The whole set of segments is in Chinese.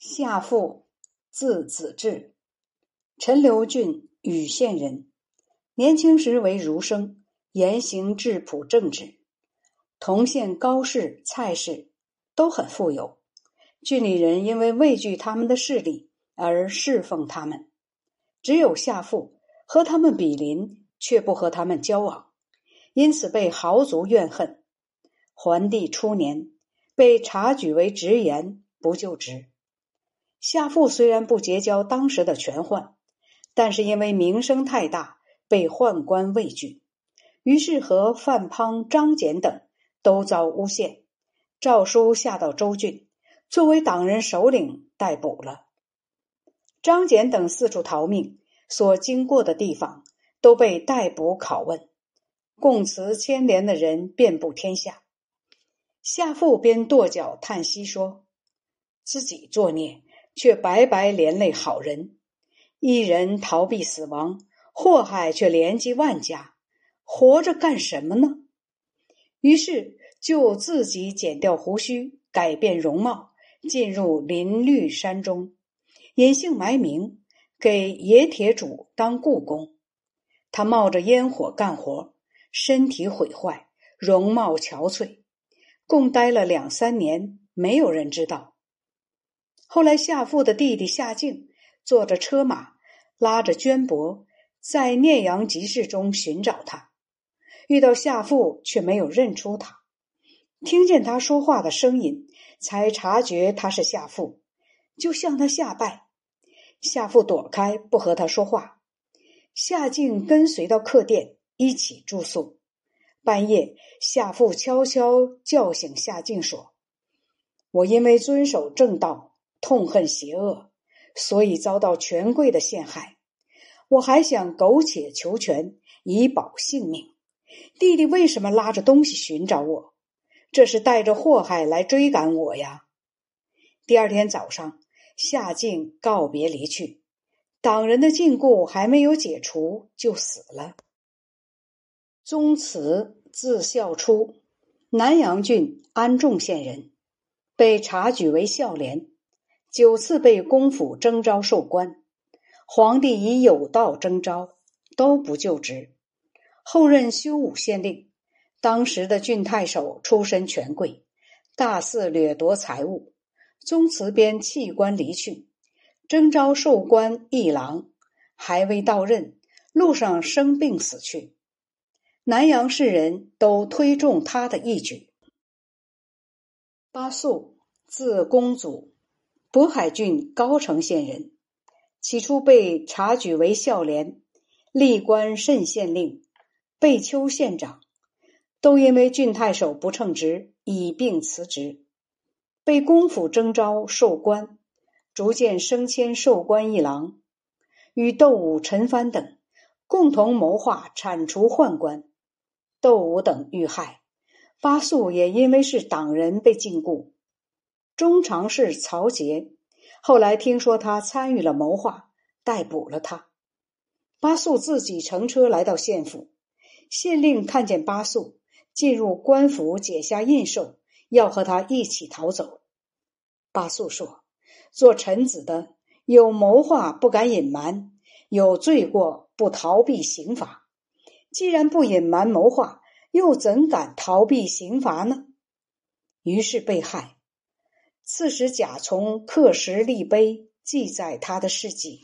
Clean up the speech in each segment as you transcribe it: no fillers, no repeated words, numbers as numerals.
夏父，字子至，陈留郡禹县人。年轻时为儒生，言行质朴正直。同县高氏、蔡氏都很富有，郡里人因为畏惧他们的势力而侍奉他们。只有夏父和他们比邻，却不和他们交往，因此被豪族怨恨。桓帝初年，被察举为直言，不就职。夏父虽然不结交当时的权宦，但是因为名声太大，被宦官畏惧，于是和范滂、张俭等都遭诬陷，诏书下到州郡，作为党人首领逮捕了。张俭等四处逃命，所经过的地方都被逮捕拷问，供词牵连的人遍布天下。夏父便跺脚叹息说，自己作孽，却白白连累好人，一人逃避死亡，祸害却连及万家，活着干什么呢？于是就自己剪掉胡须，改变容貌，进入林绿山中，隐姓埋名，给冶铁主当雇工。他冒着烟火干活，身体毁坏，容貌憔悴，共待了2-3年，没有人知道。后来夏父的弟弟夏敬坐着车马，拉着绢帛，在聂阳集市中寻找他，遇到夏父却没有认出他，听见他说话的声音，才察觉他是夏父，就向他下拜。夏父躲开，不和他说话。夏敬跟随到客店，一起住宿。半夜，夏父悄悄叫醒夏敬说，我因为遵守正道，痛恨邪恶，所以遭到权贵的陷害。我还想苟且求全，以保性命。弟弟为什么拉着东西寻找我？这是带着祸害来追赶我呀。第二天早上，夏敬告别离去，党人的禁锢还没有解除，就死了。宗祠，字孝初，南阳郡安众县人，被察举为孝廉，9次被公府征召授官，皇帝以有道征召，都不就职。后任修武县令，当时的郡太守出身权贵，大肆掠夺财物，宗祠边弃官离去，征召授官议郎，还未到任，路上生病死去。南阳市人都推重他的义举。巴素，字公祖，渤海郡高城县人，起初被察举为孝廉，历官慎县令、贝丘县长，都因为郡太守不称职，以病辞职，被公府征召授官，逐渐升迁授官议郎，与窦武、陈蕃等共同谋划铲除宦官。窦武等遇害，巴素也因为是党人被禁锢。中常侍曹节后来听说他参与了谋划，逮捕了他。巴素自己乘车来到县府，县令看见巴素，进入官府解下印绶，要和他一起逃走。巴素说，做臣子的有谋划不敢隐瞒，有罪过不逃避刑罚。既然不隐瞒谋划，又怎敢逃避刑罚呢？于是被害。刺史贾从刻石立碑，记载他的事迹。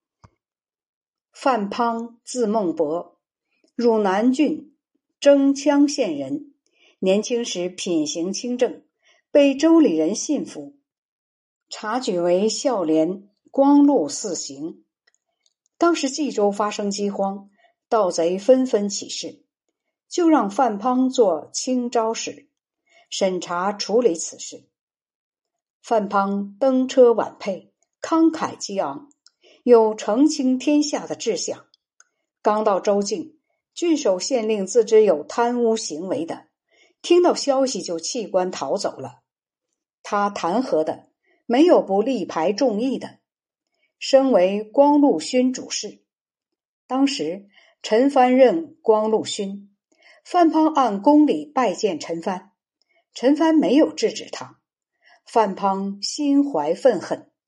范滂，字孟伯，汝南郡征羌县人，年轻时品行清正，被州里人信服，察举为孝廉、光禄4行。当时冀州发生饥荒，盗贼纷纷起事，就让范滂做清招使，审查处理此事。范滂登车晚配，慷慨激昂，有承清天下的志向。刚到州境，郡守县令自知有贪污行为的，听到消息就弃官逃走了。他弹劾的没有不力排众议的，升为光禄勋主事。当时陈蕃任光禄勋，范滂按公礼拜见陈蕃，陈蕃没有制止他。范滂心怀愤恨，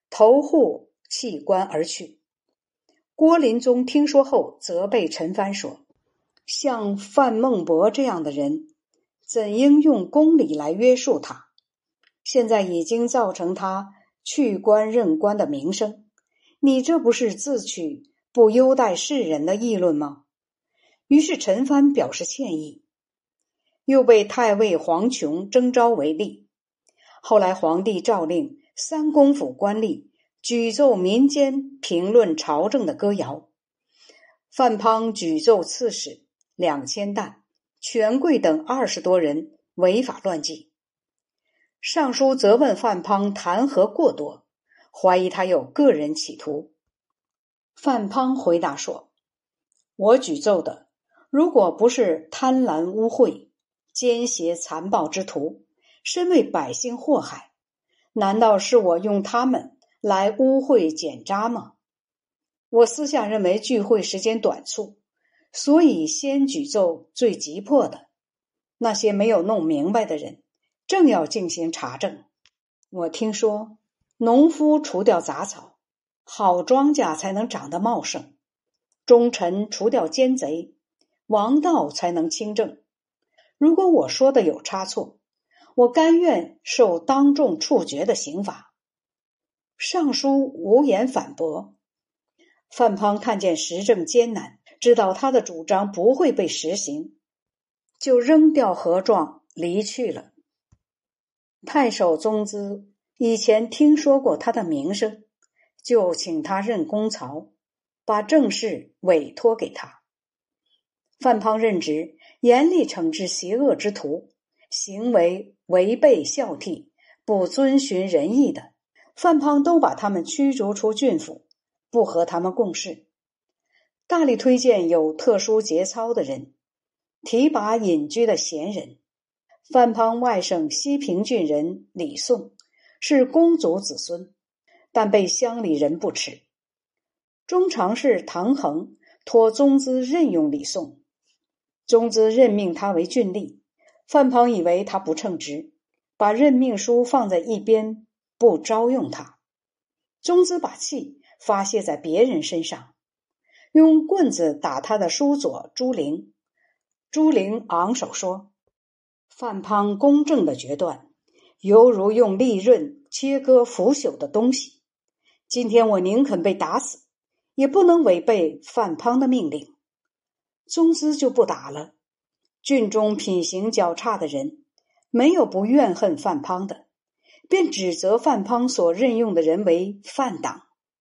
投户弃官而去。郭林宗听说后责备陈蕃说，像范孟博这样的人，怎应用公理来约束他？现在已经造成他去官任官的名声，你这不是自取不优待世人的议论吗？于是陈蕃表示歉意，又被太尉黄琼征召为吏。后来皇帝诏令三公府官吏举奏民间评论朝政的歌谣，范滂举奏刺史2000担、权贵等20多人违法乱纪。尚书责问范滂弹劾过多，怀疑他有个人企图。范滂回答说，我举奏的如果不是贪婪污秽、奸邪残暴之徒，身为百姓祸害，难道是我用他们来污秽检查吗？我私下认为聚会时间短促，所以先举奏最急迫的，那些没有弄明白的人正要进行查证。我听说农夫除掉杂草，好庄稼才能长得茂盛；忠臣除掉奸贼，王道才能清正。如果我说的有差错，我甘愿受当众处决的刑罚。尚书无言反驳。范滂看见时政艰难，知道他的主张不会被实行，就扔掉盒状离去了。太守宗咨以前听说过他的名声，就请他任公曹，把政事委托给他。范滂任职，严厉惩治邪恶之徒，行为违背孝悌、不遵循仁义的，范滂都把他们驱逐出郡府，不和他们共事。大力推荐有特殊节操的人，提拔隐居的贤人。范滂外甥西平郡人李诵是公族子孙，但被乡里人不齿。中常侍唐衡托宗咨任用李诵，宗咨任命他为郡吏，范滂以为他不称职，把任命书放在一边，不招用他。宗咨把气发泄在别人身上，用棍子打他的叔佐朱灵。朱灵昂首说，范滂公正的决断，犹如用利刃切割腐朽的东西。今天我宁肯被打死，也不能违背范滂的命令。宗咨就不打了。郡中品行较差的人，没有不怨恨范滂的，便指责范滂所任用的人为范党。